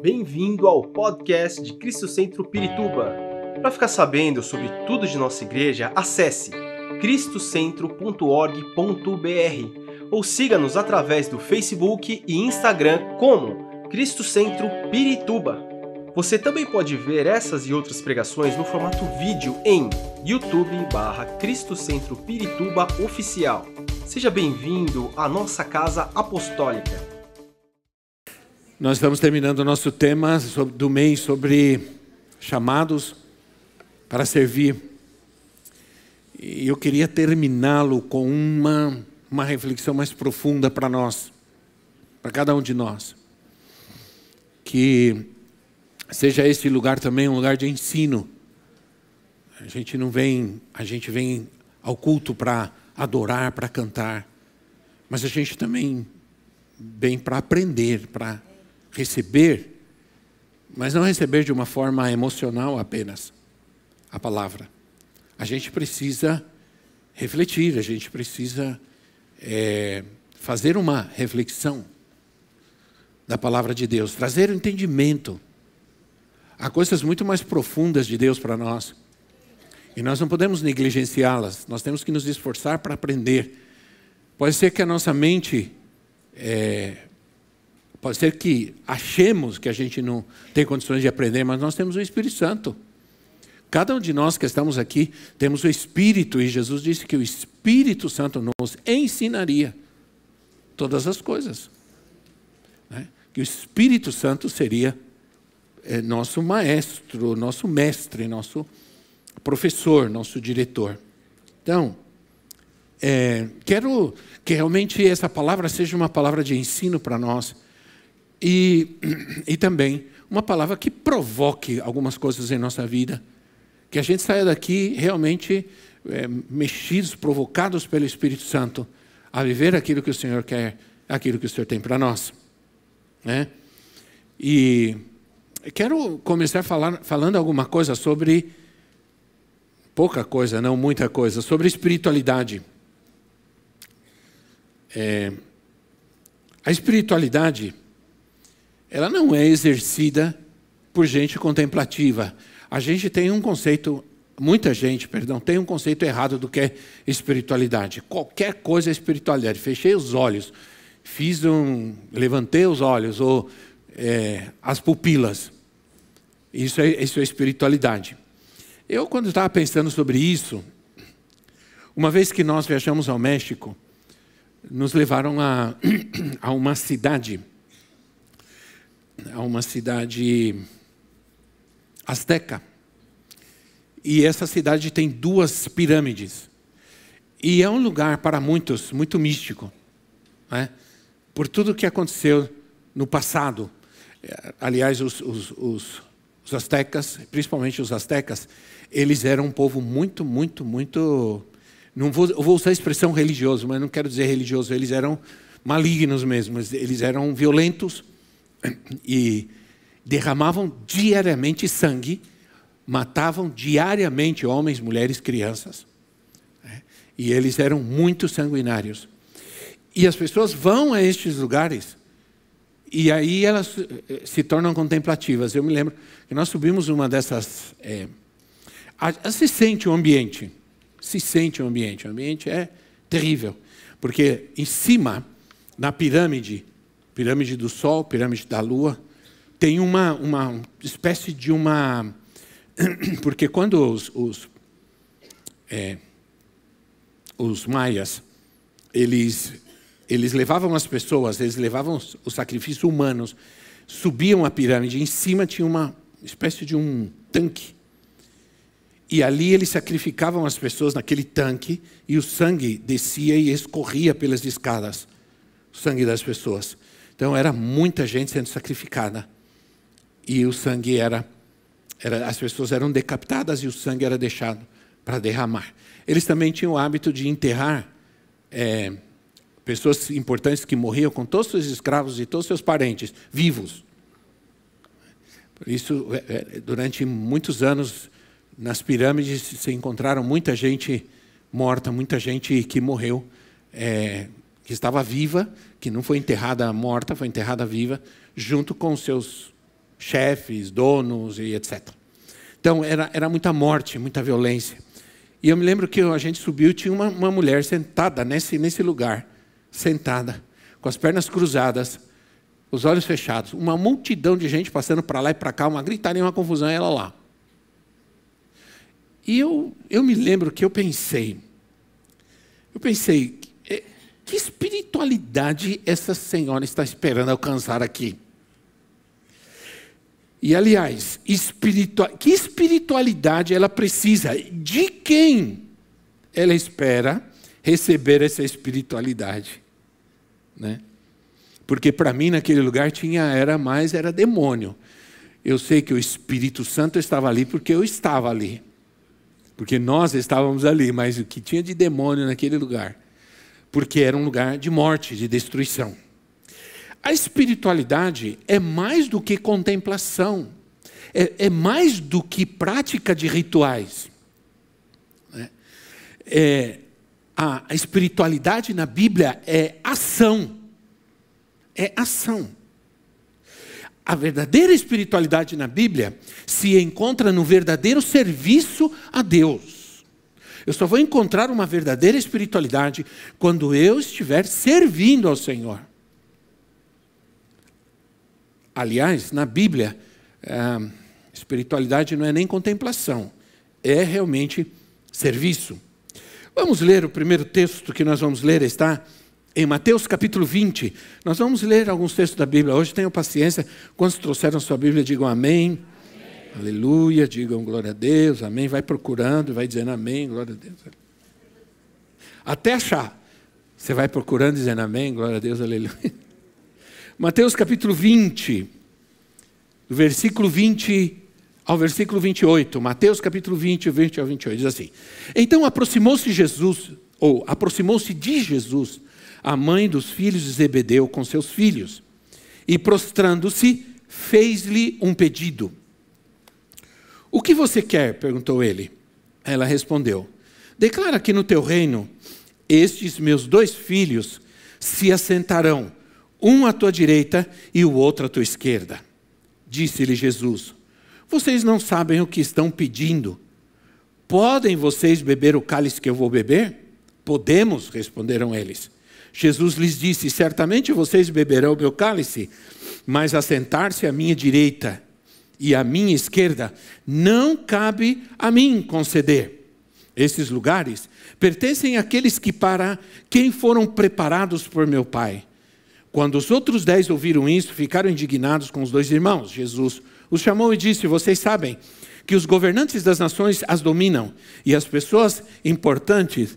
Bem-vindo ao podcast de Cristo Centro Pirituba. Para ficar sabendo sobre tudo de nossa igreja, acesse cristocentro.org.br ou siga-nos através do Facebook e Instagram como Cristo Centro Pirituba. Você também pode ver essas e outras pregações no formato vídeo em YouTube/Cristo Centro Pirituba Oficial. Seja bem-vindo à nossa casa apostólica. Nós estamos terminando o nosso tema do mês sobre chamados para servir. E eu queria terminá-lo com uma reflexão mais profunda para nós, para cada um de nós. Que seja esse lugar também um lugar de ensino. A gente vem ao culto para adorar, para cantar, mas a gente também vem para aprender, para receber, mas não receber de uma forma emocional apenas a palavra. A gente precisa refletir, a gente precisa fazer uma reflexão da palavra de Deus, trazer o entendimento. Há coisas muito mais profundas de Deus para nós e nós não podemos negligenciá-las, nós temos que nos esforçar para aprender. Pode ser que a nossa mente pode ser que achemos que a gente não tem condições de aprender, mas nós temos o Espírito Santo. Cada um de nós que estamos aqui temos o Espírito, e Jesus disse que o Espírito Santo nos ensinaria todas as coisas. Né? Que o Espírito Santo seria nosso maestro, nosso mestre, nosso professor, nosso diretor. Então, quero que realmente essa palavra seja uma palavra de ensino para nós. E também uma palavra que provoque algumas coisas em nossa vida. Que a gente saia daqui realmente mexidos, provocados pelo Espírito Santo a viver aquilo que o Senhor quer, aquilo que o Senhor tem para nós. Né? E quero começar falando alguma coisa sobre, pouca coisa, não muita coisa, sobre espiritualidade. A espiritualidade, ela não é exercida por gente contemplativa. A gente tem um conceito, muita gente, tem um conceito errado do que é espiritualidade. Qualquer coisa é espiritualidade. Fechei os olhos, levantei os olhos, ou as pupilas. Isso é espiritualidade. Eu, quando estava pensando sobre isso, uma vez que nós viajamos ao México, nos levaram a uma cidade asteca. E essa cidade tem 2 pirâmides. E é um lugar para muitos muito místico, né? Por tudo que aconteceu no passado. Aliás, os astecas, principalmente os astecas, eles eram um povo muito, eu vou usar a expressão religioso, mas não quero dizer religioso, eles eram malignos mesmo, eles eram violentos e derramavam diariamente sangue, matavam diariamente homens, mulheres, crianças. E eles eram muito sanguinários. E as pessoas vão a estes lugares e aí elas se tornam contemplativas. Eu me lembro que nós subimos uma dessas... se sente o ambiente. O ambiente é terrível. Porque em cima, na pirâmide do Sol, pirâmide da Lua, tem uma espécie de uma... Porque quando os maias, eles levavam as pessoas, eles levavam os sacrifícios humanos, subiam a pirâmide, em cima tinha uma espécie de um tanque. E ali eles sacrificavam as pessoas naquele tanque, e o sangue descia e escorria pelas escadas, o sangue das pessoas. Então era muita gente sendo sacrificada. E o sangue as pessoas eram decapitadas e o sangue era deixado para derramar. Eles também tinham o hábito de enterrar pessoas importantes que morriam com todos os seus escravos e todos os seus parentes, vivos. Por isso, durante muitos anos, nas pirâmides se encontraram muita gente morta, muita gente que morreu, que estava viva, que não foi enterrada morta, foi enterrada viva, junto com seus chefes, donos e etc. Então, era muita morte, muita violência. E eu me lembro que a gente subiu e tinha uma mulher sentada nesse lugar, sentada, com as pernas cruzadas, os olhos fechados, uma multidão de gente passando para lá e para cá, uma gritaria, uma confusão, e ela lá. E eu me lembro que eu pensei, que espiritualidade essa senhora está esperando alcançar aqui? E, aliás, que espiritualidade ela precisa? De quem ela espera receber essa espiritualidade? Né? Porque, para mim, naquele lugar era demônio. Eu sei que o Espírito Santo estava ali porque eu estava ali. Porque nós estávamos ali, mas o que tinha de demônio naquele lugar? Porque era um lugar de morte, de destruição. A espiritualidade é mais do que contemplação, é mais do que prática de rituais. A espiritualidade na Bíblia é ação. É ação. A verdadeira espiritualidade na Bíblia se encontra no verdadeiro serviço a Deus. Eu só vou encontrar uma verdadeira espiritualidade quando eu estiver servindo ao Senhor. Aliás, na Bíblia, espiritualidade não é nem contemplação, é realmente serviço. Vamos ler o primeiro texto que nós vamos ler, está em Mateus capítulo 20. Nós vamos ler alguns textos da Bíblia. Hoje tenham paciência. Quantos trouxeram sua Bíblia, digam amém. Amém. Aleluia, digam glória a Deus, amém. Vai procurando, vai dizendo amém, glória a Deus. Até achar. Você vai procurando, dizendo amém, glória a Deus, aleluia. Mateus capítulo 20, do versículo 20 ao versículo 28. Mateus capítulo 20, 20 ao 28, diz assim. Então aproximou-se de Jesus, a mãe dos filhos de Zebedeu com seus filhos, e prostrando-se, fez-lhe um pedido. O que você quer? Perguntou ele. Ela respondeu, declara que no teu reino, estes meus 2 filhos se assentarão, um à tua direita e o outro à tua esquerda. Disse-lhe Jesus, vocês não sabem o que estão pedindo. Podem vocês beber o cálice que eu vou beber? Podemos, responderam eles. Jesus lhes disse, certamente vocês beberão o meu cálice, mas assentar-se à minha direita e à minha esquerda não cabe a mim conceder. Esses lugares pertencem àqueles que para quem foram preparados por meu Pai. Quando os outros 10 ouviram isso, ficaram indignados com os 2 irmãos. Jesus os chamou e disse, vocês sabem que os governantes das nações as dominam e as pessoas importantes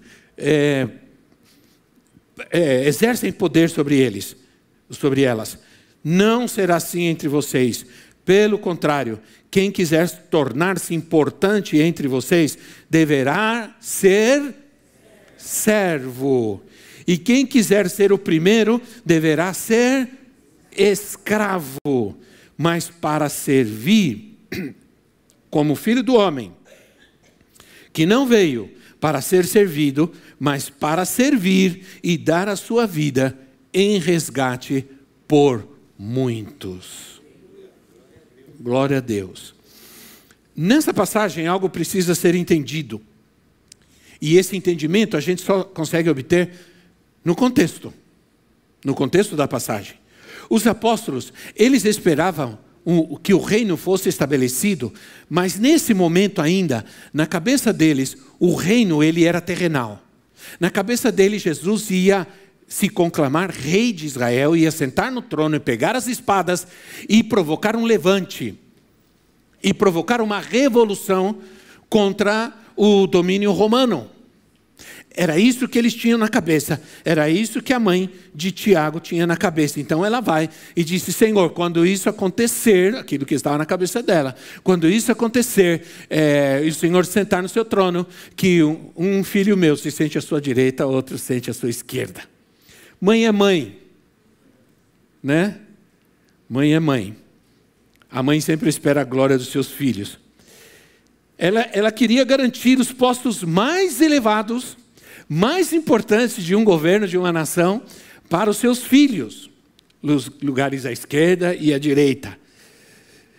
exercem poder sobre elas. Não será assim entre vocês. Pelo contrário, quem quiser tornar-se importante entre vocês deverá ser servo. E quem quiser ser o primeiro deverá ser escravo. Mas para servir, como filho do homem, que não veio para ser servido, mas para servir e dar a sua vida em resgate por muitos. Glória a Deus. Nessa passagem, algo precisa ser entendido. E esse entendimento a gente só consegue obter no contexto da passagem. Os apóstolos, eles esperavam que o reino fosse estabelecido, mas nesse momento ainda, na cabeça deles, o reino ele era terrenal. Na cabeça deles, Jesus ia se conclamar rei de Israel, ia sentar no trono e pegar as espadas e provocar um levante, e provocar uma revolução contra o domínio romano. Era isso que eles tinham na cabeça, era isso que a mãe de Tiago tinha na cabeça. Então ela vai e disse, Senhor, quando isso acontecer, aquilo que estava na cabeça dela, quando isso acontecer, e o Senhor sentar no seu trono, que um filho meu se sente à sua direita, outro se sente à sua esquerda. Mãe é mãe, né? Mãe é mãe. A mãe sempre espera a glória dos seus filhos. Ela queria garantir os postos mais elevados, mais importantes de um governo, de uma nação, para os seus filhos, nos lugares à esquerda e à direita.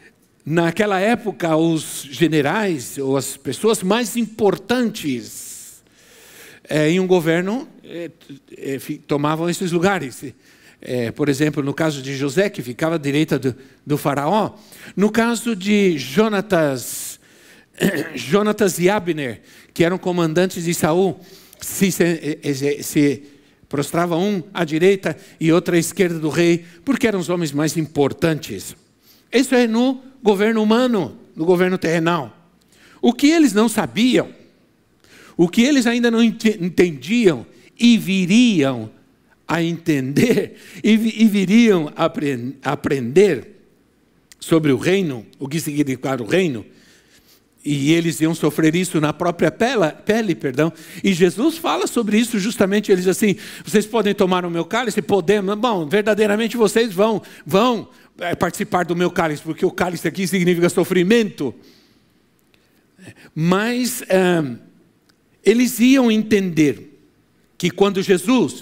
Naquela época, os generais, ou as pessoas mais importantes em um governo, tomavam esses lugares. Por exemplo, no caso de José, que ficava à direita do faraó. No caso de Jonatas e Abner, que eram comandantes de Saul, se prostrava um à direita e outro à esquerda do rei, porque eram os homens mais importantes. Isso é no governo humano, no governo terrenal. O que eles não sabiam, o que eles ainda não entendiam e viriam a entender e viriam a aprender sobre o reino, o que significava o reino, e eles iam sofrer isso na própria pele, e Jesus fala sobre isso justamente. Ele diz assim: vocês podem tomar o meu cálice? Podemos. Bom, verdadeiramente vocês vão participar do meu cálice, porque o cálice aqui significa sofrimento. Mas eles iam entender que quando Jesus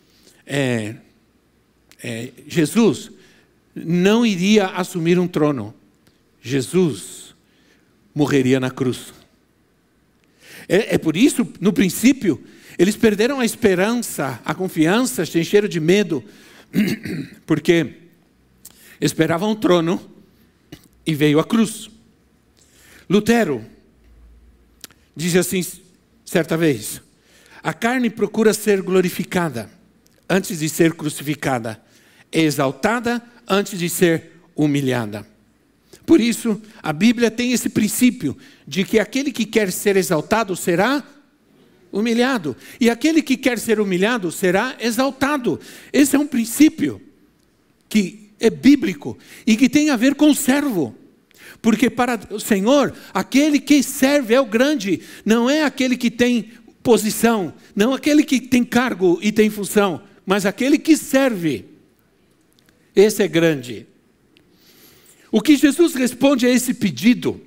não iria assumir um trono, Jesus morreria na cruz. É por isso, no princípio, eles perderam a esperança, a confiança, se encheram de medo, porque esperavam um trono e veio a cruz. Lutero diz assim, certa vez: a carne procura ser glorificada antes de ser crucificada, é exaltada antes de ser humilhada. Por isso, a Bíblia tem esse princípio de que aquele que quer ser exaltado será humilhado, e aquele que quer ser humilhado será exaltado. Esse é um princípio que é bíblico e que tem a ver com o servo. Porque para o Senhor, aquele que serve é o grande, não é aquele que tem posição, não aquele que tem cargo e tem função, mas aquele que serve. Esse é grande. O que Jesus responde a esse pedido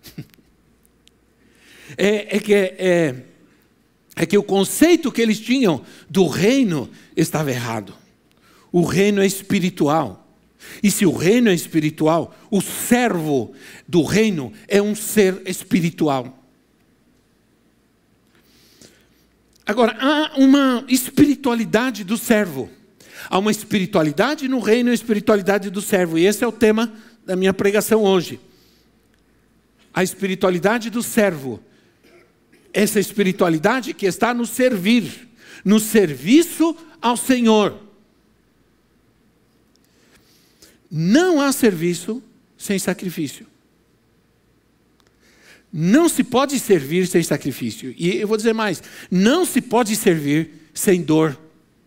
é que o conceito que eles tinham do reino estava errado. O reino é espiritual. E se o reino é espiritual, o servo do reino é um ser espiritual. Agora, há uma espiritualidade do servo. Há uma espiritualidade no reino e uma espiritualidade do servo. E esse é o tema da minha pregação hoje. A espiritualidade do servo. Essa espiritualidade que está no servir, no serviço ao Senhor. Não há serviço sem sacrifício. Não se pode servir sem sacrifício. E eu vou dizer mais, não se pode servir sem dor.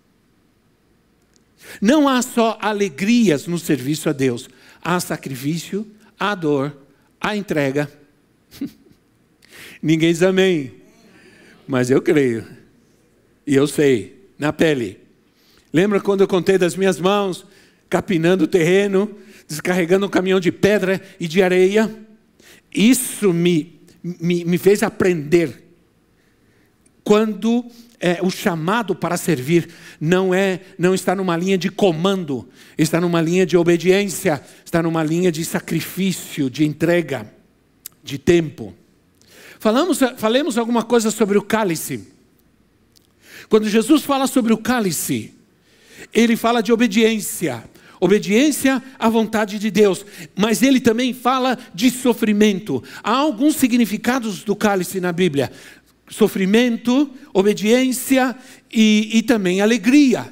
Não há só alegrias no serviço a Deus. Há sacrifício, há dor, há entrega. Ninguém diz amém. Mas eu creio. E eu sei, na pele. Lembra quando eu contei das minhas mãos, capinando o terreno, descarregando um caminhão de pedra e de areia? Isso me fez aprender. Quando o chamado para servir não está numa linha de comando, está numa linha de obediência, está numa linha de sacrifício, de entrega, de tempo. Falemos alguma coisa sobre o cálice. Quando Jesus fala sobre o cálice, ele fala de obediência. Obediência à vontade de Deus. Mas ele também fala de sofrimento. Há alguns significados do cálice na Bíblia. Sofrimento, obediência e também alegria.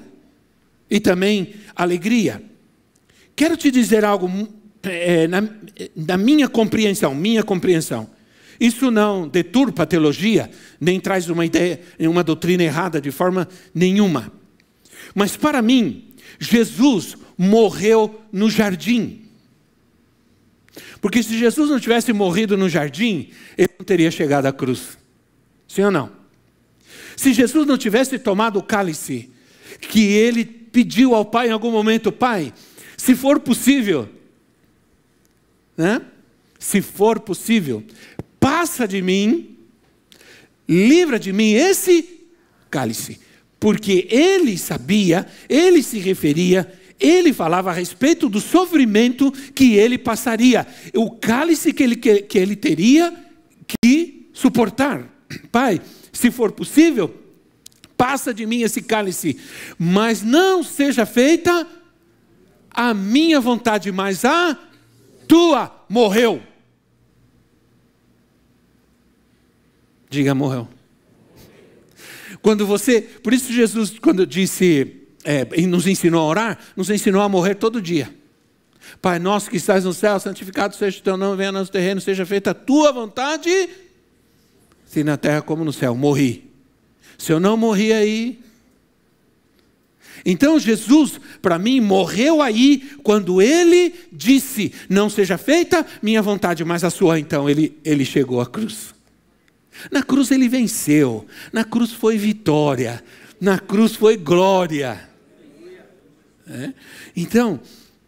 Quero te dizer algo na minha compreensão. Isso não deturpa a teologia, nem traz uma ideia, uma doutrina errada de forma nenhuma. Mas para mim, Jesus morreu no jardim. Porque se Jesus não tivesse morrido no jardim, ele não teria chegado à cruz. Sim ou não? Se Jesus não tivesse tomado o cálice, que ele pediu ao Pai em algum momento: Pai, se for possível, se for possível, passa de mim, livra de mim esse cálice. Porque ele sabia, ele se referia, ele falava a respeito do sofrimento que ele passaria, o cálice que ele teria que suportar. Pai, se for possível, passa de mim esse cálice, mas não seja feita a minha vontade, mas a tua. Morreu. Diga, morreu. Por isso Jesus, quando disse, nos ensinou a orar, nos ensinou a morrer todo dia. Pai nosso que estás no céu, santificado seja o teu nome, venha ao nosso terreno, seja feita a tua vontade, assim na terra como no céu. Morri. Se eu não morri aí... Então Jesus, para mim, morreu aí, quando ele disse, não seja feita minha vontade, mas a sua. Então ele chegou à cruz. Na cruz ele venceu, na cruz foi vitória, na cruz foi glória. Então,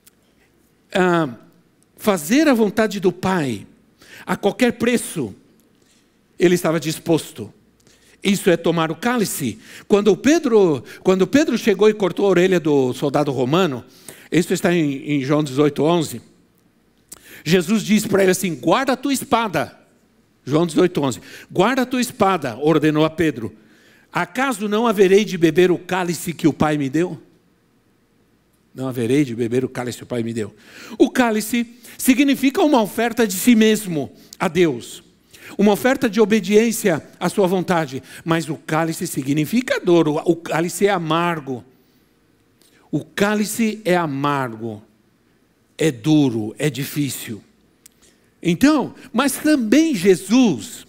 fazer a vontade do Pai, a qualquer preço, ele estava disposto. Isso é tomar o cálice. Quando Pedro chegou e cortou a orelha do soldado romano, isso está em João 18:11, Jesus disse para ele assim, guarda a tua espada. João 18:11, guarda a tua espada, ordenou a Pedro. Acaso não haverei de beber o cálice que o Pai me deu? Não haverei de beber o cálice que o Pai me deu. O cálice significa uma oferta de si mesmo a Deus. Uma oferta de obediência à sua vontade. Mas o cálice significa dor. O cálice é amargo. O cálice é amargo. É duro, é difícil. Então, mas também Jesus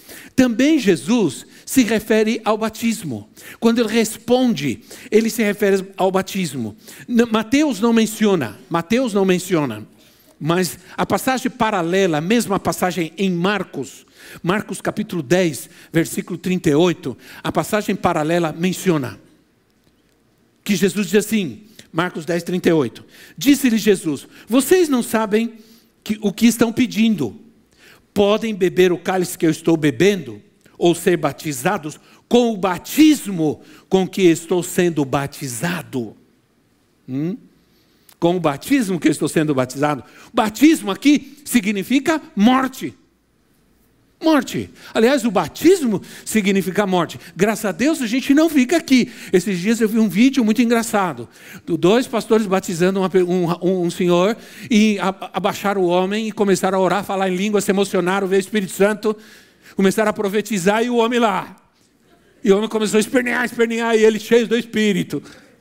se refere ao batismo. Quando ele responde, ele se refere ao batismo. Mateus não menciona, mas a passagem paralela, a mesma passagem em Marcos capítulo 10, versículo 38, a passagem paralela menciona que Jesus diz assim, Marcos 10, 38, disse-lhe Jesus, vocês não sabem o que estão pedindo, podem beber o cálice que eu estou bebendo, ou ser batizados com o batismo com que estou sendo batizado. Com o batismo que eu estou sendo batizado. Batismo aqui significa morte. Morte. Aliás, o batismo significa morte. Graças a Deus a gente não fica aqui. Esses dias eu vi um vídeo muito engraçado. Dois pastores batizando um senhor e abaixaram o homem e começaram a orar, falar em língua, se emocionaram, ver o Espírito Santo, começaram a profetizar e o homem lá. E o homem começou a espernear e ele cheio do Espírito.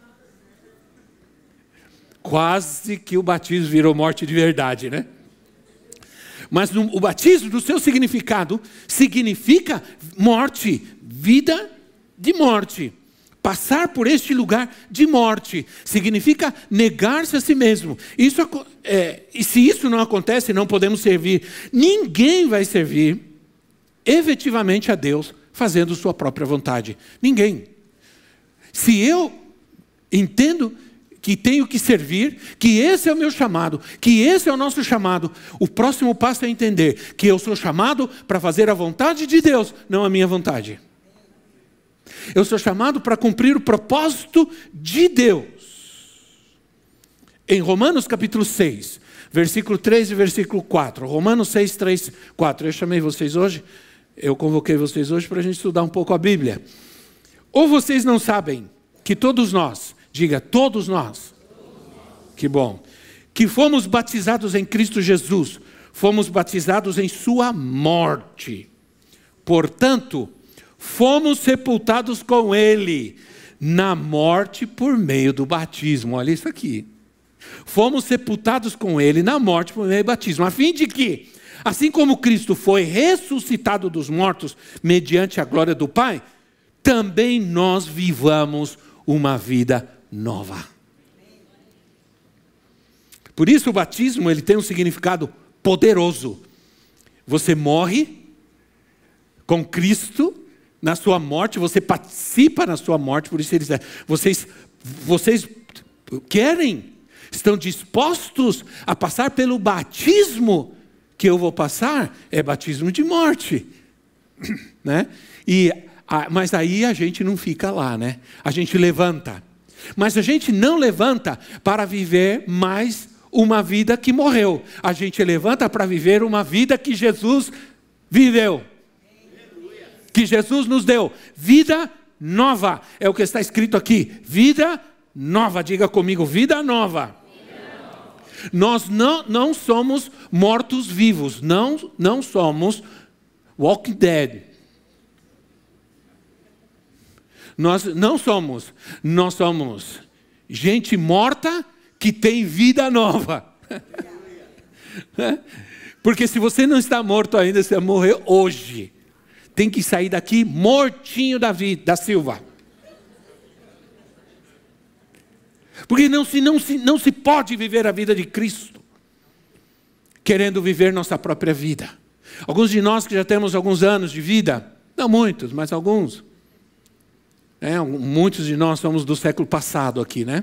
Quase que o batismo virou morte de verdade, né? Mas o batismo, no seu significado, significa morte, vida de morte. Passar por este lugar de morte significa negar-se a si mesmo. E se isso não acontece, não podemos servir. Ninguém vai servir efetivamente a Deus fazendo sua própria vontade. Ninguém. Se eu entendo que tenho que servir, que esse é o meu chamado, que esse é o nosso chamado, o próximo passo é entender que eu sou chamado para fazer a vontade de Deus, não a minha vontade. Eu sou chamado para cumprir o propósito de Deus. Em Romanos capítulo 6, versículo 3 e versículo 4. Romanos 6, 3, 4. Eu chamei vocês hoje, eu convoquei vocês hoje para a gente estudar um pouco a Bíblia. Ou vocês não sabem que todos nós, diga, todos nós, que bom, que fomos batizados em Cristo Jesus, fomos batizados em sua morte. Portanto, fomos sepultados com Ele na morte por meio do batismo. Olha isso aqui. Fomos sepultados com Ele na morte por meio do batismo, a fim de que, assim como Cristo foi ressuscitado dos mortos mediante a glória do Pai, também nós vivamos uma vida nova. Por isso o batismo ele tem um significado poderoso. Você morre com Cristo na sua morte, você participa na sua morte, por isso ele diz, vocês querem, estão dispostos a passar pelo batismo que eu vou passar? É batismo de morte, né? Mas aí a gente não fica lá, né? A gente levanta. Mas a gente não levanta para viver mais uma vida que morreu. A gente levanta para viver uma vida que Jesus viveu. Que Jesus nos deu. Vida nova. É o que está escrito aqui. Vida nova. Diga comigo, vida nova. Nós não somos mortos-vivos. Não somos walking dead. Nós somos gente morta que tem vida nova. Porque se você não está morto ainda, você vai morrer hoje. Tem que sair daqui mortinho da Silva. Porque não se pode viver a vida de Cristo querendo viver nossa própria vida. Alguns de nós que já temos alguns anos de vida, não muitos, mas alguns. Muitos de nós somos do século passado aqui, né?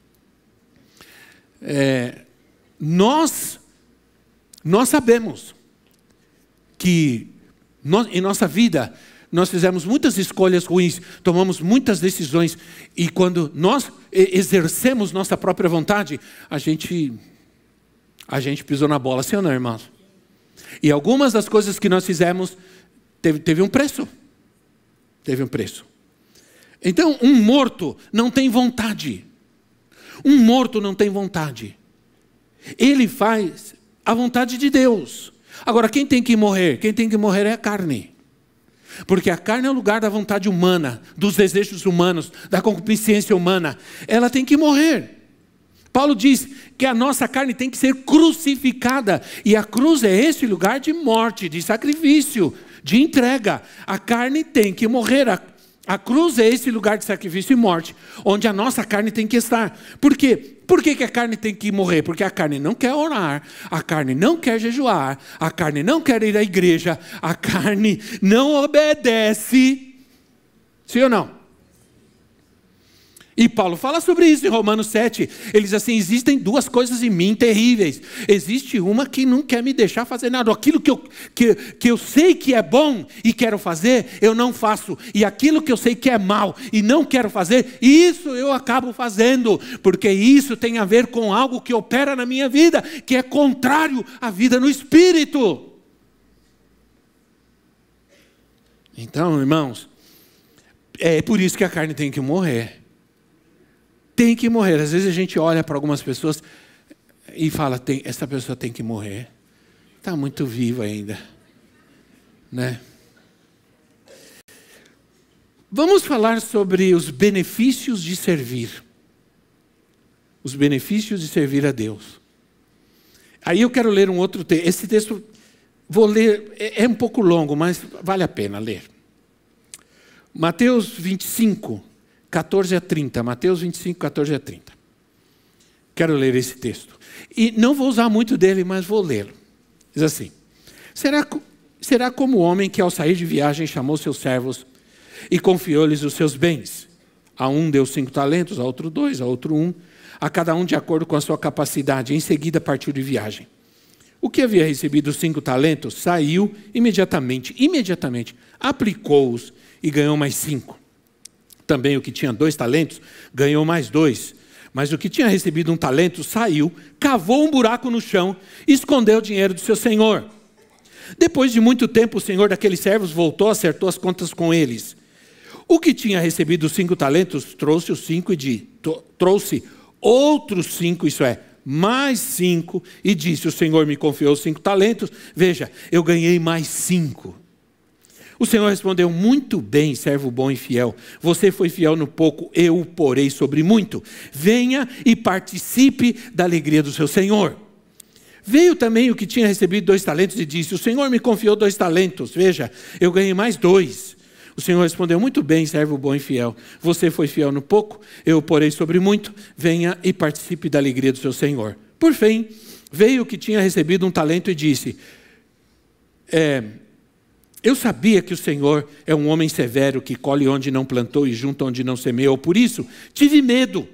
Nós sabemos que em nossa vida nós fizemos muitas escolhas ruins, tomamos muitas decisões, e quando nós exercemos nossa própria vontade, a gente pisou na bola, sim ou não, irmãos? E algumas das coisas que nós fizemos teve um preço. Teve um preço. Então, um morto não tem vontade. Um morto não tem vontade. Ele faz a vontade de Deus. Agora, quem tem que morrer? Quem tem que morrer é a carne. Porque a carne é o lugar da vontade humana, dos desejos humanos, da concupiscência humana. Ela tem que morrer. Paulo diz que a nossa carne tem que ser crucificada. E a cruz é esse lugar de morte, de sacrifício, de entrega. A carne tem que morrer. A cruz é esse lugar de sacrifício e morte, onde a nossa carne tem que estar. Por quê? Por que a carne tem que morrer? Porque a carne não quer orar, a carne não quer jejuar, a carne não quer ir à igreja, a carne não obedece. Sim ou não? E Paulo fala sobre isso em Romanos 7. Ele diz assim: existem duas coisas em mim terríveis. Existe uma que não quer me deixar fazer nada. Aquilo que eu sei que é bom e quero fazer, eu não faço. E aquilo que eu sei que é mal e não quero fazer, isso eu acabo fazendo. Porque isso tem a ver com algo que opera na minha vida, que é contrário à vida no Espírito. Então, irmãos, é por isso que a carne tem que morrer. Tem que morrer. Às vezes a gente olha para algumas pessoas e fala, essa pessoa tem que morrer. Está muito viva ainda. Né? Vamos falar sobre os benefícios de servir. Os benefícios de servir a Deus. Aí eu quero ler um outro texto. Esse texto, vou ler, é um pouco longo, mas vale a pena ler. Mateus 25, 14 a 30. Mateus 25, 14 a 30. Quero ler esse texto. E não vou usar muito dele, mas vou lê-lo. Diz assim: será como o homem que ao sair de viagem chamou seus servos e confiou-lhes os seus bens. A um deu 5 talentos, a outro 2, a outro 1, a cada um de acordo com a sua capacidade. Em seguida partiu de viagem. O que havia recebido 5 talentos saiu imediatamente, aplicou-os e ganhou mais 5. Também o que tinha 2 talentos ganhou mais 2. Mas o que tinha recebido 1 talento saiu, cavou um buraco no chão e escondeu o dinheiro do seu senhor. Depois de muito tempo, o senhor daqueles servos voltou, acertou as contas com eles. O que tinha recebido 5 talentos trouxe os 5 trouxe outros 5, isso é, mais 5, e disse: o senhor me confiou 5 talentos, veja, eu ganhei mais 5. O Senhor respondeu: muito bem, servo bom e fiel. Você foi fiel no pouco, eu o porei sobre muito. Venha e participe da alegria do seu Senhor. Veio também o que tinha recebido 2 talentos e disse: o Senhor me confiou 2 talentos. Veja, eu ganhei mais 2. O Senhor respondeu: muito bem, servo bom e fiel. Você foi fiel no pouco, eu o porei sobre muito. Venha e participe da alegria do seu Senhor. Por fim, veio o que tinha recebido 1 talento e disse: eu sabia que o Senhor é um homem severo, que colhe onde não plantou e junta onde não semeou. Por isso, tive medo,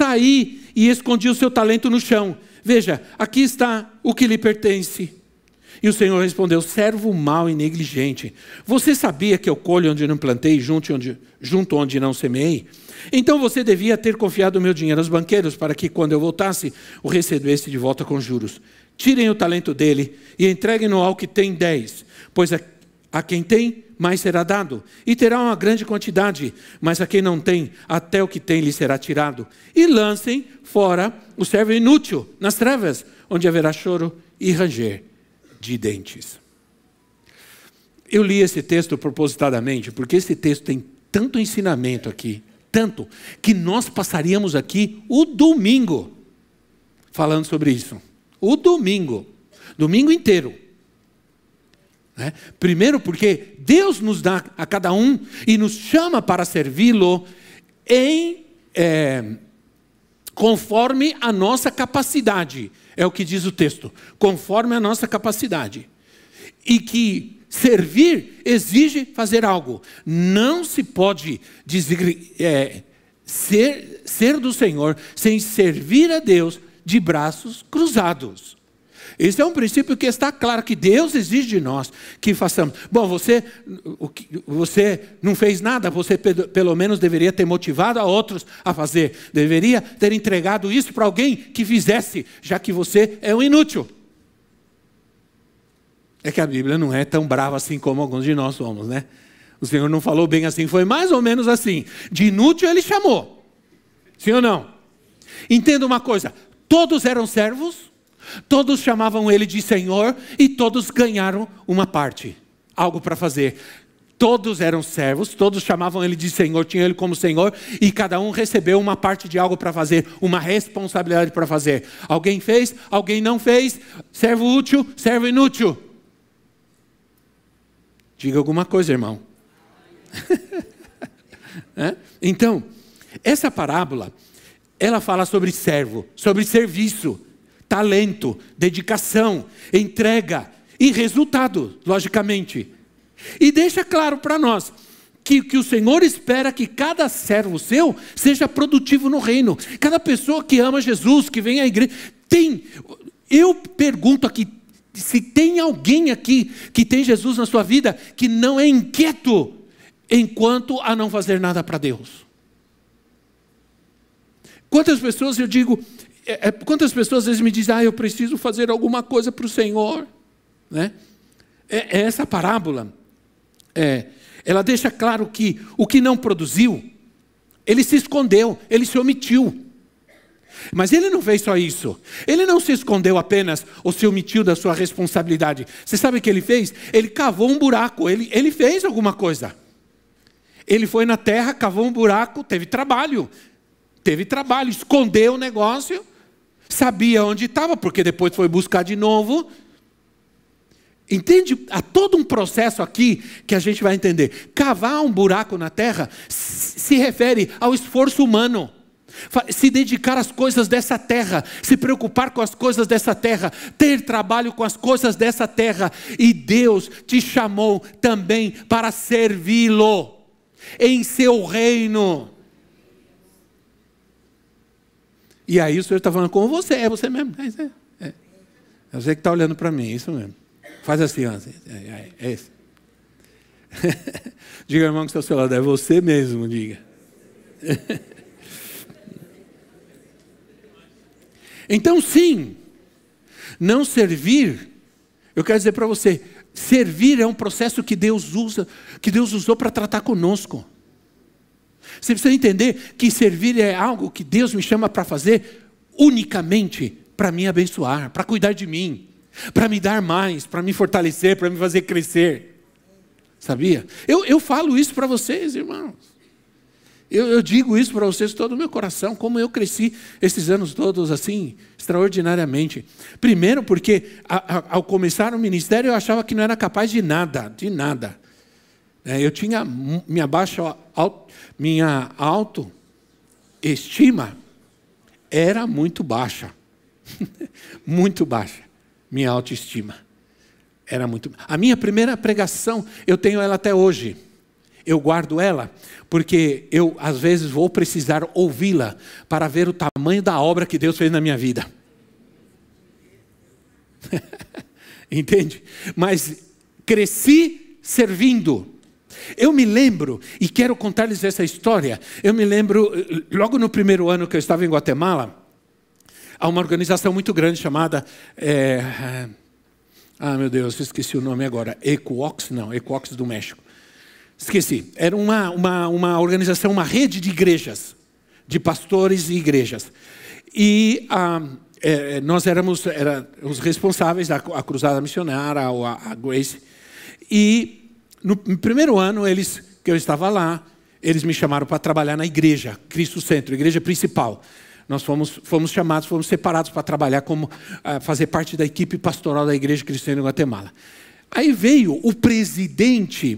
saí e escondi o seu talento no chão. Veja, aqui está o que lhe pertence. E o Senhor respondeu: servo mau e negligente, você sabia que eu colho onde não plantei, junto onde não semeei? Então você devia ter confiado o meu dinheiro aos banqueiros, para que quando eu voltasse, o recebesse de volta com juros. Tirem o talento dele e entreguem-no ao que tem 10, pois a quem tem, mais será dado, e terá uma grande quantidade, mas a quem não tem, até o que tem lhe será tirado. E lancem fora o servo inútil nas trevas, onde haverá choro e ranger de dentes. Eu li esse texto propositadamente, porque esse texto tem tanto ensinamento aqui, tanto, que nós passaríamos aqui o domingo falando sobre isso. O domingo inteiro. Primeiro porque Deus nos dá a cada um e nos chama para servi-lo conforme a nossa capacidade. É o que diz o texto. Conforme a nossa capacidade. E que servir exige fazer algo. Não se pode ser do Senhor sem servir a Deus de braços cruzados. Esse é um princípio que está claro, que Deus exige de nós que façamos. Bom, você não fez nada, você pelo menos deveria ter motivado a outros a fazer. Deveria ter entregado isso para alguém que fizesse, já que você é um inútil. É que a Bíblia não é tão brava assim como alguns de nós somos, né? O Senhor não falou bem assim, foi mais ou menos assim. De inútil ele chamou. Sim ou não? Entenda uma coisa, todos eram servos, todos chamavam ele de Senhor e todos ganharam uma parte, algo para fazer. Todos eram servos, todos chamavam ele de Senhor, tinham ele como Senhor e cada um recebeu uma parte de algo para fazer, uma responsabilidade para fazer. Alguém fez, alguém não fez, servo útil, servo inútil. Diga alguma coisa, irmão. Então, essa parábola, ela fala sobre servo, sobre serviço, talento, dedicação, entrega e resultado, logicamente. E deixa claro para nós que o Senhor espera que cada servo seu seja produtivo no reino. Cada pessoa que ama Jesus, que vem à igreja, eu pergunto aqui, se tem alguém aqui que tem Jesus na sua vida, que não é inquieto enquanto a não fazer nada para Deus. Quantas pessoas eu digo... Quantas pessoas às vezes me dizem, eu preciso fazer alguma coisa para o Senhor, né? Essa parábola, ela deixa claro que o que não produziu, ele se escondeu, ele se omitiu. Mas ele não fez só isso, ele não se escondeu apenas ou se omitiu da sua responsabilidade. Você sabe o que ele fez? Ele cavou um buraco, ele fez alguma coisa. Ele foi na terra, cavou um buraco, teve trabalho, escondeu o negócio, sabia onde estava, porque depois foi buscar de novo. Entende? Há todo um processo aqui que a gente vai entender. Cavar um buraco na terra se refere ao esforço humano. Se dedicar às coisas dessa terra, se preocupar com as coisas dessa terra, ter trabalho com as coisas dessa terra. E Deus te chamou também para servi-lo em seu reino. E aí o Senhor está falando com você, é você mesmo. É você que está olhando para mim, isso mesmo. Faz assim, ó. É esse. Diga, irmão, que está ao seu lado, é você mesmo, diga. Então, sim, não servir, eu quero dizer para você, servir é um processo que Deus usa, que Deus usou para tratar conosco. Você precisa entender que servir é algo que Deus me chama para fazer unicamente para me abençoar, para cuidar de mim, para me dar mais, para me fortalecer, para me fazer crescer. Sabia? Eu falo isso para vocês, irmãos. Eu digo isso para vocês de todo o meu coração, como eu cresci esses anos todos assim, extraordinariamente. Primeiro porque ao começar o ministério eu achava que não era capaz de nada. Eu tinha minha autoestima era muito baixa. Muito baixa. Minha autoestima era muito... A minha primeira pregação, eu tenho ela até hoje. Eu guardo ela, porque eu às vezes vou precisar ouvi-la para ver o tamanho da obra que Deus fez na minha vida. Entende? Mas cresci servindo. Eu me lembro, e quero contar-lhes essa história, eu me lembro, logo no primeiro ano que eu estava em Guatemala, há uma organização muito grande chamada, meu Deus, esqueci o nome agora, Equox do México. Esqueci, era uma organização, uma rede de igrejas, de pastores e igrejas. E nós éramos os responsáveis da Cruzada Missionária, a Grace. E no primeiro ano que eu estava lá, eles me chamaram para trabalhar na igreja, Cristo Centro, igreja principal. Nós fomos chamados, fomos separados para trabalhar fazer parte da equipe pastoral da igreja cristã em Guatemala. Aí veio o presidente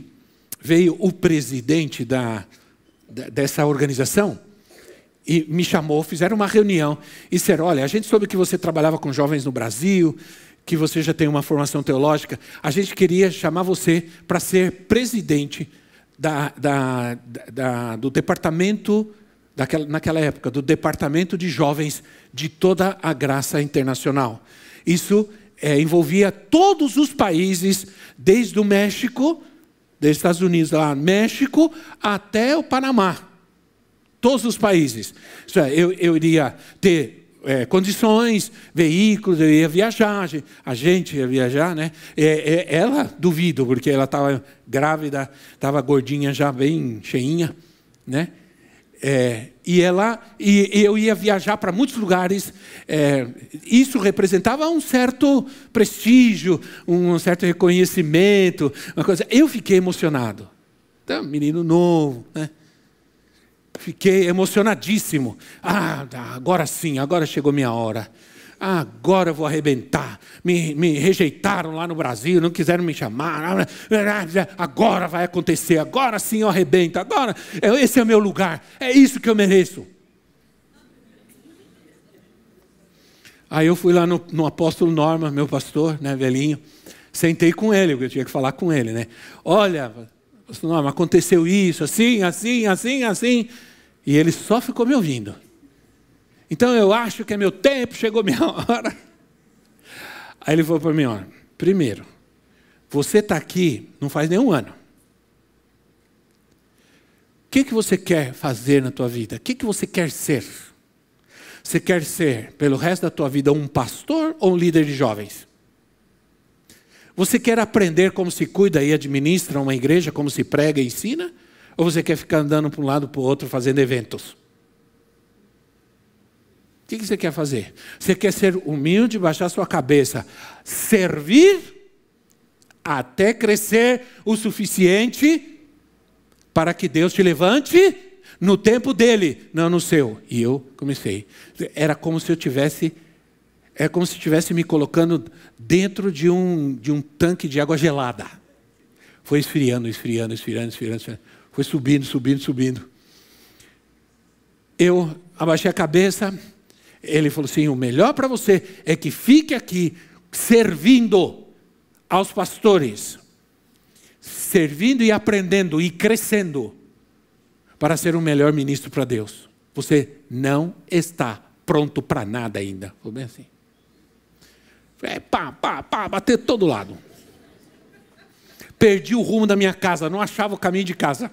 dessa organização e me chamou, fizeram uma reunião e disseram, olha, a gente soube que você trabalhava com jovens no Brasil, que você já tem uma formação teológica, a gente queria chamar você para ser presidente do departamento, naquela época, do departamento de jovens de toda a Graça Internacional. Isso envolvia todos os países, desde o México, dos Estados Unidos, lá México, até o Panamá. Todos os países. Isso é, eu iria ter condições, veículos, eu ia viajar, a gente ia viajar, né? Ela, duvido, porque ela estava grávida, estava gordinha já, bem cheinha, né? E eu ia viajar para muitos lugares. Isso representava um certo prestígio, um certo reconhecimento, uma coisa. Eu fiquei emocionado. Então, menino novo, né? Fiquei emocionadíssimo. Agora sim, agora chegou minha hora. Agora eu vou arrebentar. Me rejeitaram lá no Brasil, não quiseram me chamar. Agora vai acontecer, agora sim eu arrebento. Agora, esse é o meu lugar, é isso que eu mereço. Aí eu fui lá no apóstolo Norma, meu pastor, né, velhinho. Sentei com ele, porque eu tinha que falar com ele, né? Olha, pastor Norma, aconteceu isso, assim. E ele só ficou me ouvindo. Então eu acho que é meu tempo, chegou minha hora. Aí ele falou para mim, olha, primeiro, você está aqui não faz nenhum ano. O que você quer fazer na tua vida? O que você quer ser? Você quer ser, pelo resto da tua vida, um pastor ou um líder de jovens? Você quer aprender como se cuida e administra uma igreja, como se prega e ensina? Ou você quer ficar andando para um lado para o outro, fazendo eventos? O que você quer fazer? Você quer ser humilde, baixar sua cabeça, servir até crescer o suficiente para que Deus te levante no tempo dele, não no seu. E eu comecei. Era como se estivesse me colocando dentro de um tanque de água gelada. Foi esfriando. Foi subindo. Eu abaixei a cabeça. Ele falou assim, o melhor para você é que fique aqui servindo aos pastores. Servindo e aprendendo e crescendo para ser um melhor ministro para Deus. Você não está pronto para nada ainda. Foi bem assim. Bater todo lado. Perdi o rumo da minha casa, não achava o caminho de casa.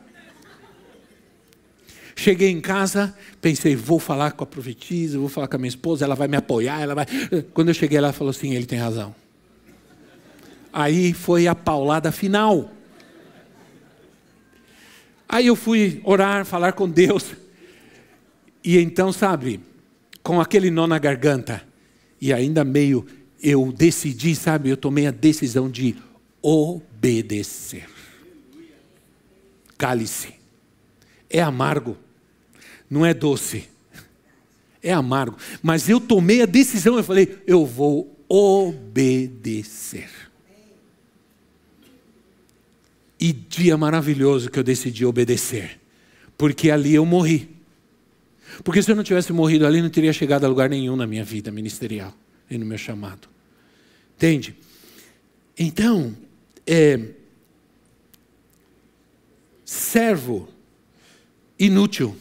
Cheguei em casa, pensei, vou falar com a profetisa, vou falar com a minha esposa, ela vai me apoiar, Quando eu cheguei, ela falou assim, ele tem razão. Aí foi a paulada final. Aí eu fui orar, falar com Deus. E então, sabe, com aquele nó na garganta, e ainda meio, eu decidi, sabe, eu tomei a decisão de obedecer. Cale-se. É amargo, não é doce, é amargo. Mas eu tomei a decisão, eu falei, eu vou obedecer. E dia maravilhoso que eu decidi obedecer, porque ali eu morri. Porque se eu não tivesse morrido ali, não teria chegado a lugar nenhum na minha vida ministerial e no meu chamado. Entende? Então, servo inútil.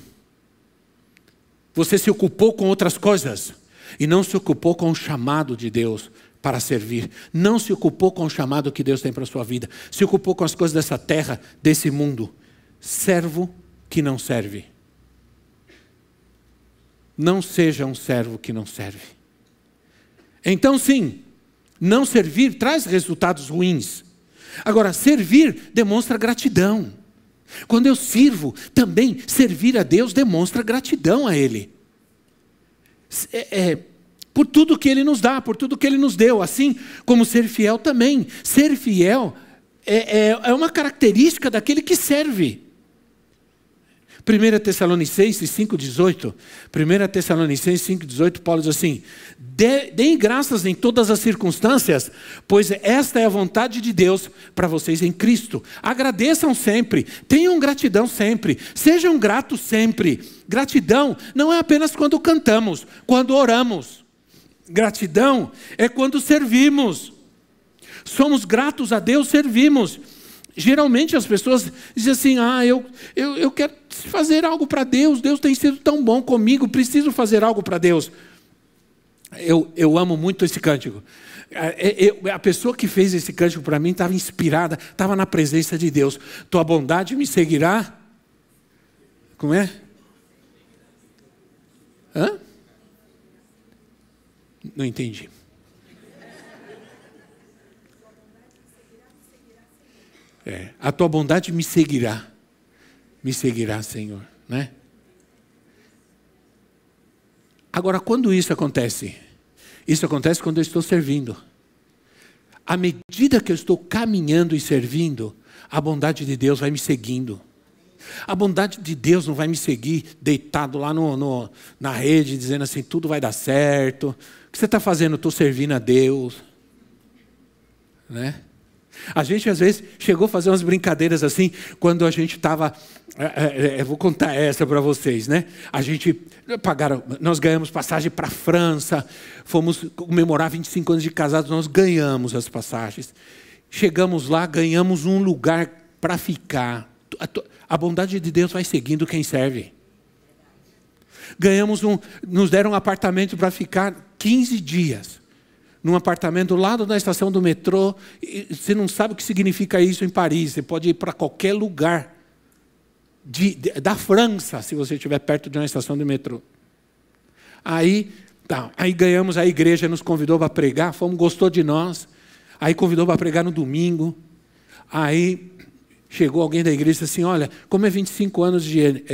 Você se ocupou com outras coisas e não se ocupou com o chamado de Deus para servir. Não se ocupou com o chamado que Deus tem para a sua vida. Se ocupou com as coisas dessa terra, desse mundo. Servo que não serve. Não seja um servo que não serve. Então sim, não servir traz resultados ruins. Agora, servir demonstra gratidão. Quando eu sirvo, também servir a Deus demonstra gratidão a Ele. Por tudo que Ele nos dá, por tudo que Ele nos deu. Assim como ser fiel também. Ser fiel é uma característica daquele que serve. 1 Tessalonicenses 5,18. 1 Tessalonicenses 5,18, Paulo diz assim: deem graças em todas as circunstâncias, pois esta é a vontade de Deus para vocês em Cristo. Agradeçam sempre, tenham gratidão sempre, sejam gratos sempre. Gratidão não é apenas quando cantamos, quando oramos. Gratidão é quando servimos. Somos gratos a Deus, servimos. Geralmente as pessoas dizem assim: eu quero fazer algo para Deus, Deus tem sido tão bom comigo, preciso fazer algo para Deus. Eu amo muito esse cântico. A pessoa que fez esse cântico para mim estava inspirada, estava na presença de Deus. Tua bondade me seguirá. Como é? Hã? Não entendi. A tua bondade me seguirá, Senhor, né? Agora, quando isso acontece? Isso acontece quando eu estou servindo. À medida que eu estou caminhando e servindo, a bondade de Deus vai me seguindo. A bondade de Deus não vai me seguir deitado lá na rede, dizendo assim: tudo vai dar certo. O que você está fazendo? Estou servindo a Deus, né? A gente às vezes chegou a fazer umas brincadeiras assim, quando a gente estava, vou contar essa para vocês, né? Nós ganhamos passagem para a França, fomos comemorar 25 anos de casados, nós ganhamos as passagens. Chegamos lá, ganhamos um lugar para ficar. A bondade de Deus vai seguindo quem serve. Nos deram um apartamento para ficar 15 dias. Num apartamento do lado da estação do metrô. Você não sabe o que significa isso em Paris. Você pode ir para qualquer lugar da França, se você estiver perto de uma estação de metrô. Aí ganhamos, a igreja nos convidou para pregar, gostou de nós. Aí convidou para pregar no domingo. Aí chegou alguém da igreja e disse assim: olha, como é 25 anos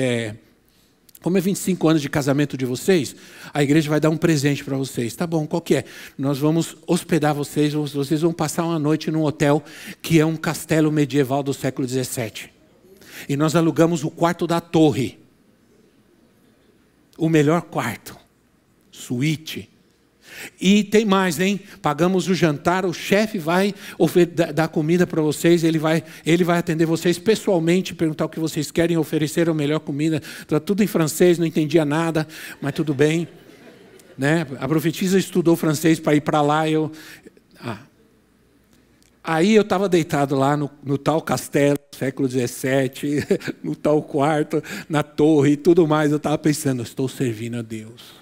de casamento de vocês, a igreja vai dar um presente para vocês. Tá bom, qual que é? Nós vamos hospedar vocês vão passar uma noite num hotel que é um castelo medieval do século XVII. E nós alugamos o quarto da torre. O melhor quarto. Suíte. E tem mais, hein? Pagamos o jantar, o chefe vai dar comida para vocês, ele vai atender vocês pessoalmente, perguntar o que vocês querem, oferecer a melhor comida. Está tudo em francês, não entendia nada, mas tudo bem. Né? A profetisa estudou francês para ir para lá. Aí eu estava deitado lá no tal castelo, século XVII, no tal quarto, na torre e tudo mais. Eu estava pensando: estou servindo a Deus.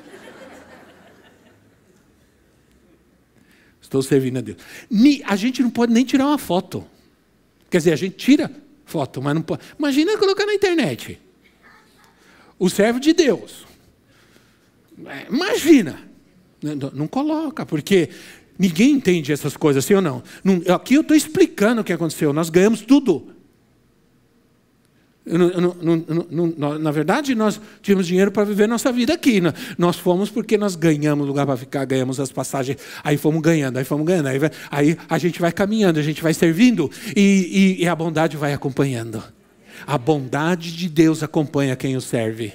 Estou servindo a Deus. A gente não pode nem tirar uma foto. Quer dizer, a gente tira foto, mas não pode. Imagina colocar na internet. O servo de Deus. Imagina. Não coloca, porque ninguém entende essas coisas, sim ou não? Aqui eu estou explicando o que aconteceu. Nós ganhamos tudo. Na verdade, nós tínhamos dinheiro para viver nossa vida aqui. Nós fomos porque nós ganhamos lugar para ficar, ganhamos as passagens, aí fomos ganhando. Aí a gente vai caminhando, a gente vai servindo e a bondade vai acompanhando. A bondade de Deus acompanha quem o serve.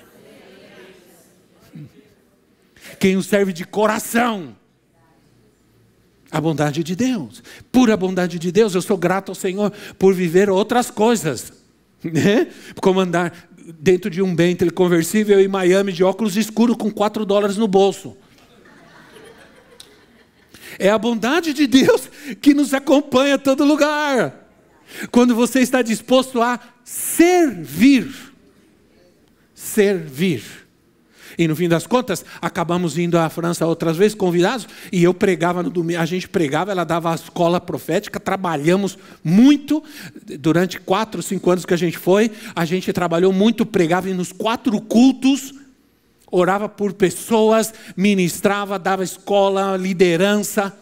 Quem o serve de coração. A bondade de Deus. Pura bondade de Deus. Eu sou grato ao Senhor por viver outras coisas. Né? Como andar dentro de um Bentley conversível em Miami de óculos escuros com $4 no bolso. É a bondade de Deus que nos acompanha a todo lugar. Quando você está disposto a servir. Servir. E no fim das contas, acabamos indo à França outras vezes, convidados, e eu pregava no domingo, a gente pregava, ela dava a escola profética, trabalhamos muito, durante 4, 5 anos que a gente trabalhou muito, pregava nos 4 cultos, orava por pessoas, ministrava, dava escola, liderança.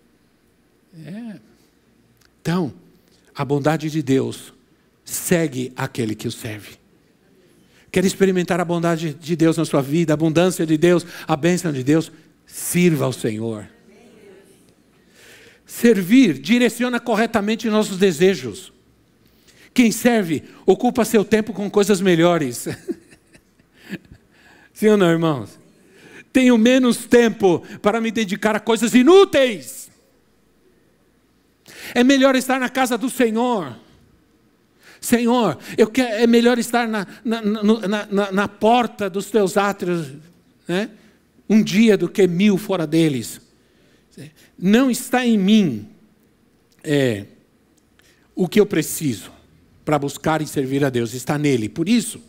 Então, a bondade de Deus segue aquele que o serve. Quer experimentar a bondade de Deus na sua vida, a abundância de Deus, a bênção de Deus? Sirva ao Senhor. Servir direciona corretamente nossos desejos. Quem serve ocupa seu tempo com coisas melhores. Sim ou não, irmãos? Tenho menos tempo para me dedicar a coisas inúteis. É melhor estar na casa do Senhor. Senhor, é melhor estar na porta dos teus átrios, né? Um dia do que 1000 fora deles. Não está em mim o que eu preciso para buscar e servir a Deus, está nele. Por isso,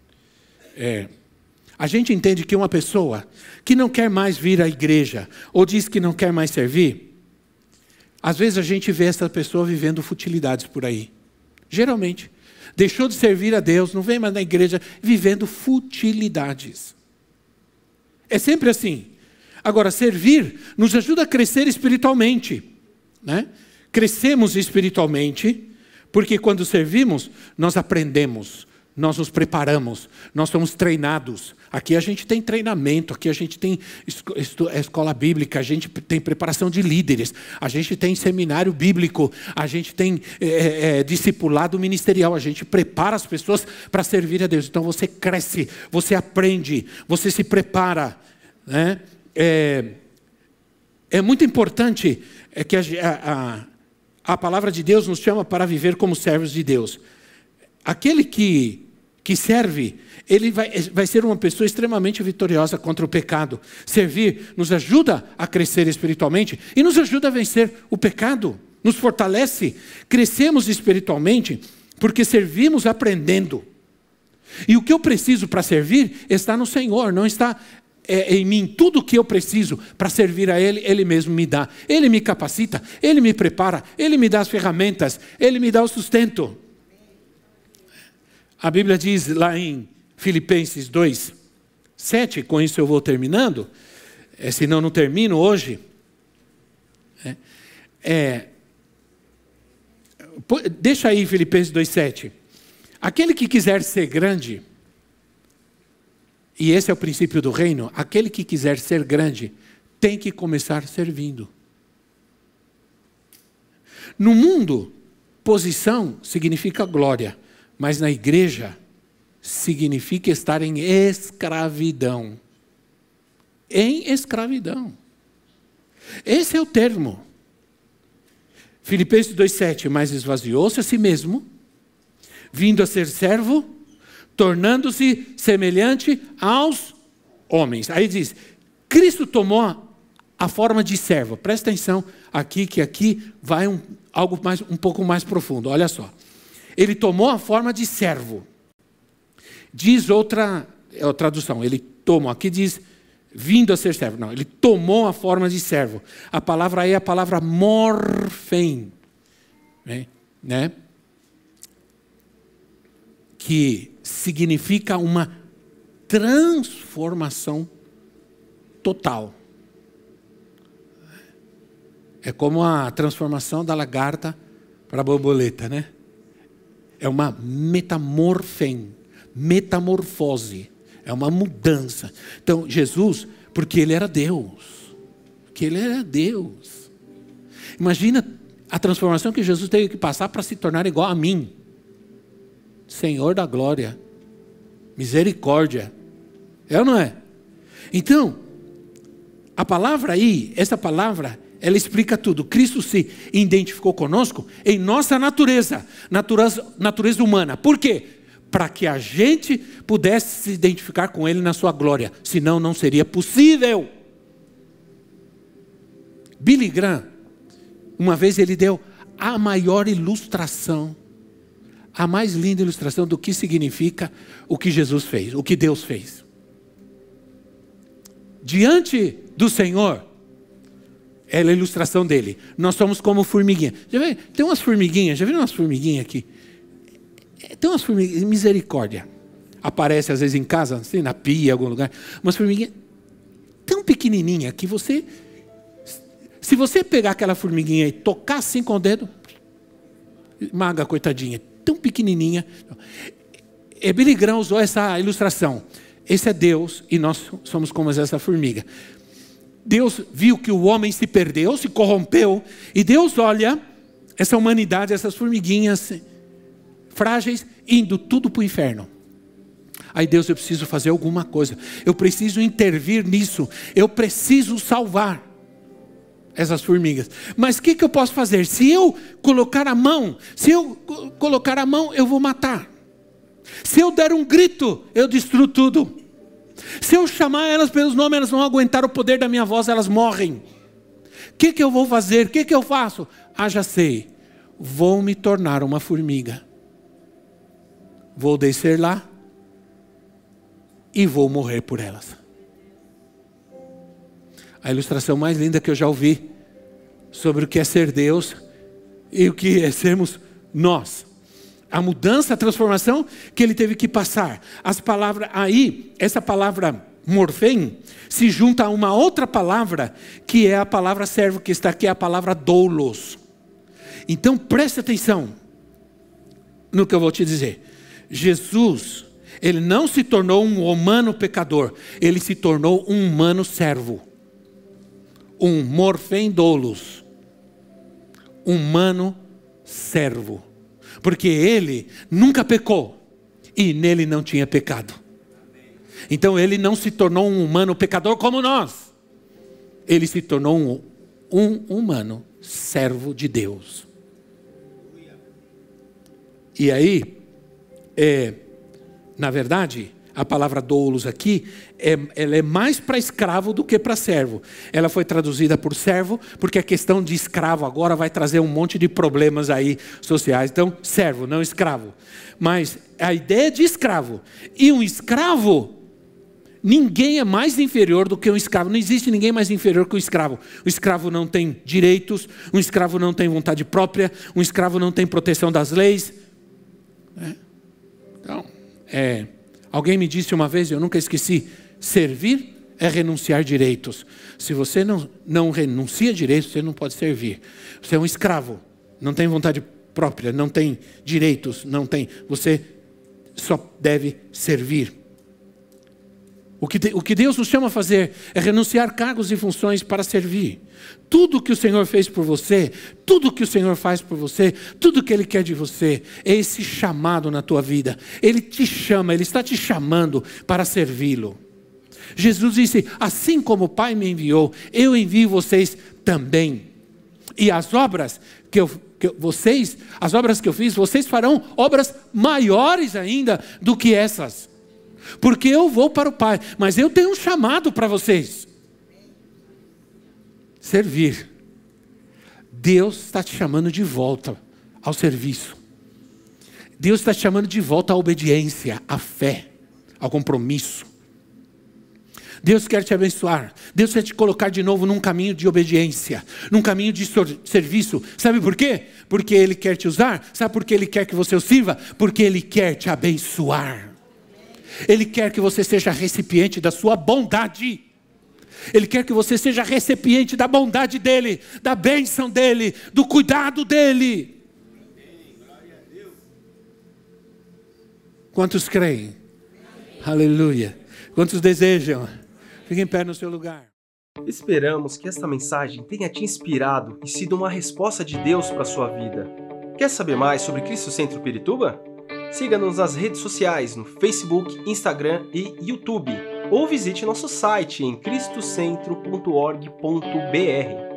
a gente entende que uma pessoa que não quer mais vir à igreja, ou diz que não quer mais servir, às vezes a gente vê essa pessoa vivendo futilidades por aí. Geralmente. Deixou de servir a Deus, não vem mais na igreja, vivendo futilidades. É sempre assim. Agora, servir nos ajuda a crescer espiritualmente, né? Crescemos espiritualmente, porque quando servimos, nós aprendemos, nós nos preparamos, nós somos treinados. Aqui a gente tem treinamento, aqui a gente tem escola bíblica, a gente tem preparação de líderes, a gente tem seminário bíblico, a gente tem discipulado ministerial, a gente prepara as pessoas para servir a Deus. Então você cresce, você aprende, você se prepara, né? É muito importante que a palavra de Deus nos chama para viver como servos de Deus. Aquele que serve, ele vai ser uma pessoa extremamente vitoriosa contra o pecado. Servir nos ajuda a crescer espiritualmente e nos ajuda a vencer o pecado, nos fortalece. Crescemos espiritualmente porque servimos aprendendo. E o que eu preciso para servir está no Senhor, não está em mim. Tudo o que eu preciso para servir a Ele, Ele mesmo me dá. Ele me capacita, Ele me prepara, Ele me dá as ferramentas, Ele me dá o sustento. A Bíblia diz lá em Filipenses 2:7, com isso eu vou terminando, senão não termino hoje. Deixa aí Filipenses 2:7. Aquele que quiser ser grande, e esse é o princípio do reino, aquele que quiser ser grande, tem que começar servindo. No mundo, posição significa glória. Mas na igreja, significa estar em escravidão. Em escravidão. Esse é o termo. Filipenses 2:7, mas esvaziou-se a si mesmo, vindo a ser servo, tornando-se semelhante aos homens. Aí diz, Cristo tomou a forma de servo. Presta atenção aqui, que aqui vai algo um pouco mais profundo. Olha só. Ele tomou a forma de servo. Diz outra tradução. Ele tomou. Aqui diz vindo a ser servo. Não, ele tomou a forma de servo. A palavra aí é a palavra morfem. Né? Que significa uma transformação total. É como a transformação da lagarta para a borboleta, né? É uma metamorfose, é uma mudança. Então, Jesus, porque Ele era Deus, Imagina a transformação que Jesus teve que passar para se tornar igual a mim. Senhor da glória, misericórdia. É ou não é? Então, a palavra aí, essa palavra, ela explica tudo. Cristo se identificou conosco em nossa natureza humana. Por quê? Para que a gente pudesse se identificar com Ele na sua glória. Senão não seria possível. Billy Graham, uma vez ele deu a maior ilustração, a mais linda ilustração do que significa o que Jesus fez, o que Deus fez. diante do Senhor, ela é a ilustração dele. Nós somos como formiguinha. Já viu? Tem umas formiguinhas, já viram umas formiguinhas aqui? Tem umas formiguinhas, misericórdia. Aparece às vezes em casa, assim, na pia, em algum lugar. Umas formiguinhas tão pequenininha que você... Se você pegar aquela formiguinha e tocar assim com o dedo, maga, coitadinha, tão pequenininha. Billy Graham usou essa ilustração. Esse é Deus e nós somos como essa formiga. Deus viu que o homem se perdeu, se corrompeu, e Deus olha essa humanidade, essas formiguinhas frágeis, indo tudo para o inferno. Aí Deus, eu preciso fazer alguma coisa, eu preciso intervir nisso, eu preciso salvar essas formigas. Mas o que eu posso fazer? Se eu colocar a mão, eu vou matar. Se eu der um grito, eu destruo tudo. Se eu chamar elas pelos nomes, elas não aguentar o poder da minha voz, elas morrem. O que eu vou fazer? O que eu faço? Já sei. Vou me tornar uma formiga. Vou descer lá e vou morrer por elas. A ilustração mais linda que eu já ouvi sobre o que é ser Deus e o que é sermos nós. A mudança, a transformação que ele teve que passar. As palavras aí, essa palavra morfém, se junta a uma outra palavra, que é a palavra servo, que está aqui, é a palavra doulos. Então preste atenção no que eu vou te dizer. Jesus, ele não se tornou um humano pecador, ele se tornou um humano servo. Um morfém doulos. Humano servo. Porque ele nunca pecou e nele não tinha pecado. Então ele não se tornou um humano pecador como nós. Ele se tornou um humano servo de Deus. E aí, na verdade, a palavra doulos aqui, ela é mais para escravo do que para servo. Ela foi traduzida por servo, porque a questão de escravo agora vai trazer um monte de problemas aí sociais. Então, servo, não escravo. Mas a ideia é de escravo. E um escravo, ninguém é mais inferior do que um escravo. Não existe ninguém mais inferior que um escravo. O escravo não tem direitos, um escravo não tem vontade própria, um escravo não tem proteção das leis. Então, alguém me disse uma vez, eu nunca esqueci, servir é renunciar direitos. Se você não renuncia direitos, você não pode servir. Você é um escravo, não tem vontade própria, não tem direitos, você só deve servir. O que Deus nos chama a fazer é renunciar cargos e funções para servir. Tudo que o Senhor fez por você, tudo que o Senhor faz por você, tudo que Ele quer de você, é esse chamado na tua vida. Ele te chama, Ele está te chamando para servi-lo. Jesus disse, assim como o Pai me enviou, eu envio vocês também. E as obras que eu fiz, vocês farão obras maiores ainda do que essas. Porque eu vou para o Pai, mas eu tenho um chamado para vocês. Servir. Deus está te chamando de volta ao serviço. Deus está te chamando de volta à obediência, à fé, ao compromisso. Deus quer te abençoar. Deus quer te colocar de novo num caminho de obediência, num caminho de serviço. Sabe por quê? Porque Ele quer te usar. Sabe por que Ele quer que você o sirva? Porque Ele quer te abençoar. Ele quer que você seja recipiente da sua bondade. Ele quer que você seja recipiente da bondade dEle, da bênção dEle, do cuidado dEle. Quantos creem? Aleluia. Quantos desejam? Fique em pé no seu lugar. Esperamos que esta mensagem tenha te inspirado e sido uma resposta de Deus para a sua vida. Quer saber mais sobre Cristo Centro Pirituba? Siga-nos nas redes sociais no Facebook, Instagram e YouTube. Ou visite nosso site em cristocentro.org.br.